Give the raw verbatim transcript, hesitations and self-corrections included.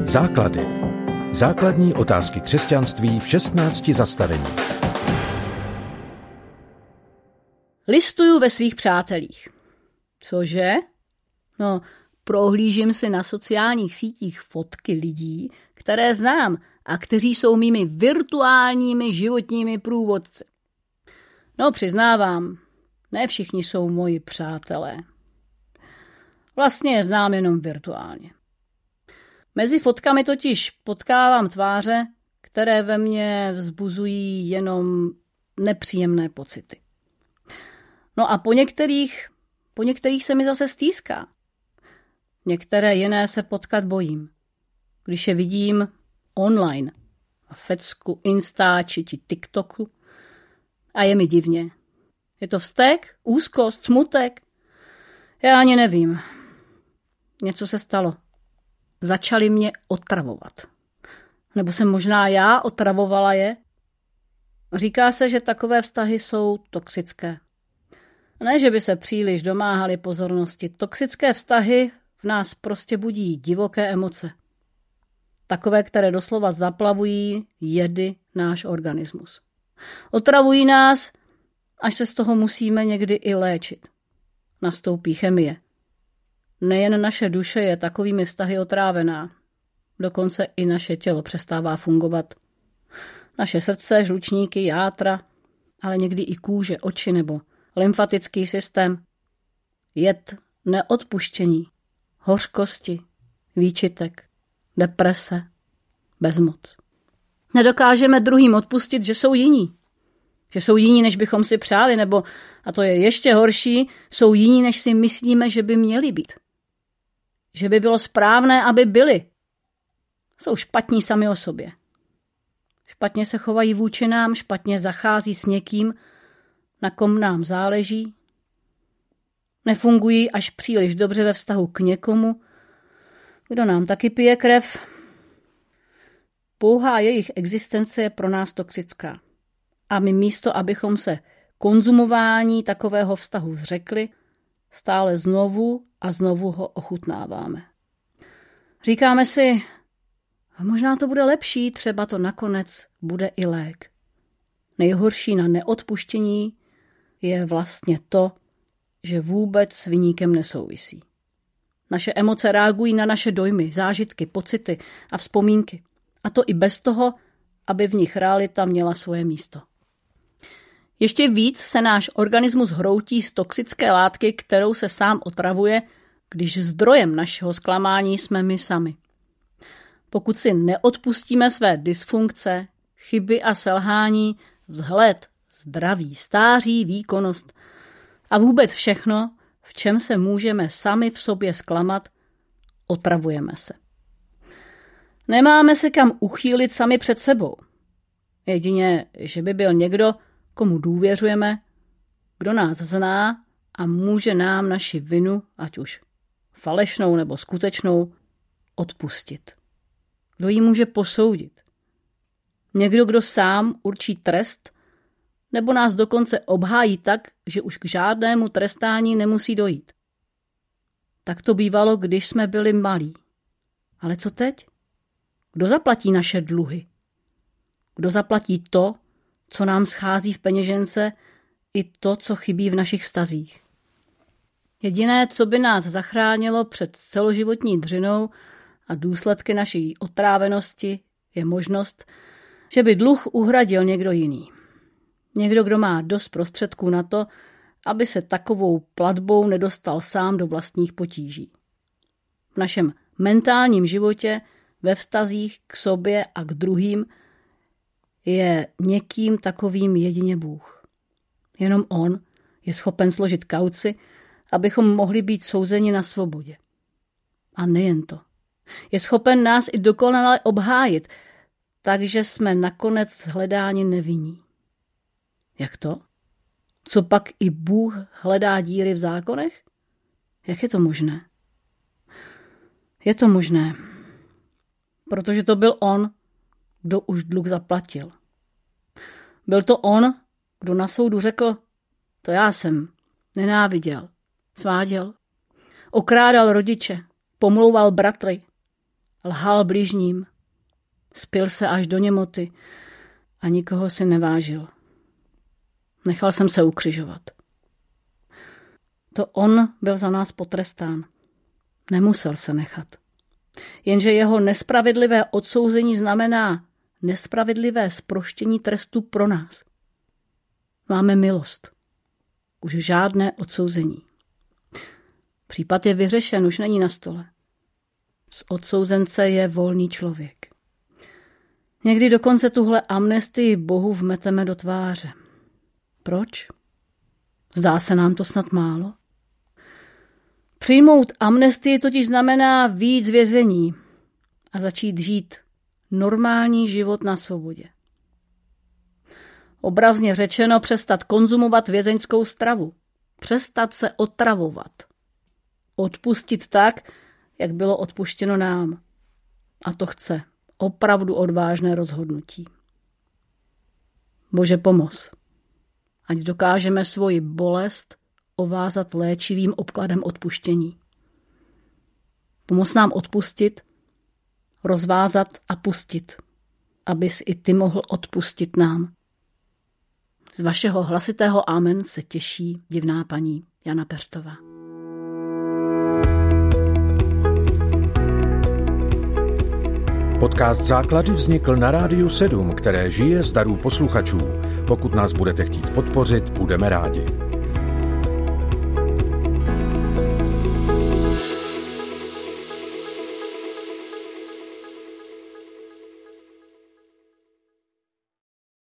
Základy. Základní otázky křesťanství v šestnácti zastaveních. Listuju ve svých přátelích. Cože? No, prohlížím si na sociálních sítích fotky lidí, které znám a kteří jsou mými virtuálními životními průvodci. No, přiznávám, ne všichni jsou moji přátelé. Vlastně je znám jenom virtuálně. Mezi fotkami totiž potkávám tváře, které ve mně vzbuzují jenom nepříjemné pocity. No a po některých, po některých se mi zase stýská. Některé jiné se potkat bojím. Když je vidím online, na Facku, Instači či TikToku, a je mi divně. Je to vztek, úzkost, smutek? Já ani nevím. Něco se stalo. Začali mě otravovat. Nebo jsem možná já otravovala je? Říká se, že takové vztahy jsou toxické. Ne, že by se příliš domáhaly pozornosti. Toxické vztahy v nás prostě budí divoké emoce. Takové, které doslova zaplavují jedy náš organismus. Otravují nás, až se z toho musíme někdy i léčit. Nastoupí chemie. Nejen naše duše je takovými vztahy otrávená. Dokonce i naše tělo přestává fungovat. Naše srdce, žlučníky, játra, ale někdy i kůže, oči nebo lymfatický systém. Jed, neodpuštění, hořkosti, výčitek, deprese, bezmoc. Nedokážeme druhým odpustit, že jsou jiní. Že jsou jiní, než bychom si přáli, nebo, a to je ještě horší, jsou jiní, než si myslíme, že by měli být. Že by bylo správné, aby byli. Jsou špatní sami o sobě. Špatně se chovají vůči nám, špatně zachází s někým, na kom nám záleží. Nefungují až příliš dobře ve vztahu k někomu, kdo nám taky pije krev. Pouhá jejich existence je pro nás toxická. A my místo, abychom se konzumování takového vztahu zřekli, stále znovu a znovu ho ochutnáváme. Říkáme si, možná to bude lepší, třeba to nakonec bude i lék. Nejhorší na neodpuštění je vlastně to, že vůbec s viníkem nesouvisí. Naše emoce reagují na naše dojmy, zážitky, pocity a vzpomínky. A to i bez toho, aby v nich realita měla svoje místo. Ještě víc se náš organismus hroutí z toxické látky, kterou se sám otravuje, když zdrojem našeho zklamání jsme my sami. Pokud si neodpustíme své dysfunkce, chyby a selhání, vzhled, zdraví, stáří, výkonnost a vůbec všechno, v čem se můžeme sami v sobě zklamat, otravujeme se. Nemáme se kam uchýlit sami před sebou. Jedině, že by byl někdo, komu důvěřujeme, kdo nás zná a může nám naši vinu, ať už falešnou nebo skutečnou, odpustit. Kdo ji může posoudit? Někdo, kdo sám určí trest, nebo nás dokonce obhájí tak, že už k žádnému trestání nemusí dojít. Tak to bývalo, když jsme byli malí. Ale co teď? Kdo zaplatí naše dluhy? Kdo zaplatí to, co nám schází v peněžence, i to, co chybí v našich vztazích? Jediné, co by nás zachránilo před celoživotní dřinou a důsledky naší otrávenosti, je možnost, že by dluh uhradil někdo jiný. Někdo, kdo má dost prostředků na to, aby se takovou platbou nedostal sám do vlastních potíží. V našem mentálním životě, ve vztazích k sobě a k druhým, je někým takovým jedině Bůh. Jenom on je schopen složit kauci, abychom mohli být souzeni na svobodě. A nejen to. Je schopen nás i dokonale obhájit, takže jsme nakonec shledáni nevinní. Jak to? Co pak i Bůh hledá díry v zákonech? Jak je to možné? Je to možné, protože to byl on, kdo už dluh zaplatil. Byl to on, kdo na soudu řekl, to já jsem nenáviděl, sváděl, okrádal rodiče, pomlouval bratry lhal bližním, spil se až do němoty a nikoho si nevážil. Nechal jsem se ukřižovat. To on byl za nás potrestán. Nemusel se nechat. Jenže jeho nespravedlivé odsouzení znamená nespravedlivé zproštění trestu pro nás. Máme milost. Už žádné odsouzení. Případ je vyřešen, už není na stole. Z odsouzence je volný člověk. Někdy dokonce tuhle amnestii Bohu vmeteme do tváře. Proč? Zdá se nám to snad málo? Přijmout amnestii totiž znamená vyjít z vězení a začít žít normální život na svobodě. Obrazně řečeno přestat konzumovat vězeňskou stravu, přestat se otravovat, odpustit tak, jak bylo odpuštěno nám. A to chce opravdu odvážné rozhodnutí. Bože, pomoz, ať dokážeme svoji bolest ovázat léčivým obkladem odpuštění. Pomoz nám odpustit, rozvázat a pustit, abys i ty mohl odpustit nám. Z vašeho hlasitého amen se těší divná paní Jana Peřtová. Podcast Základy vznikl na Rádiu sedm, které žije z darů posluchačů. Pokud nás budete chtít podpořit, budeme rádi.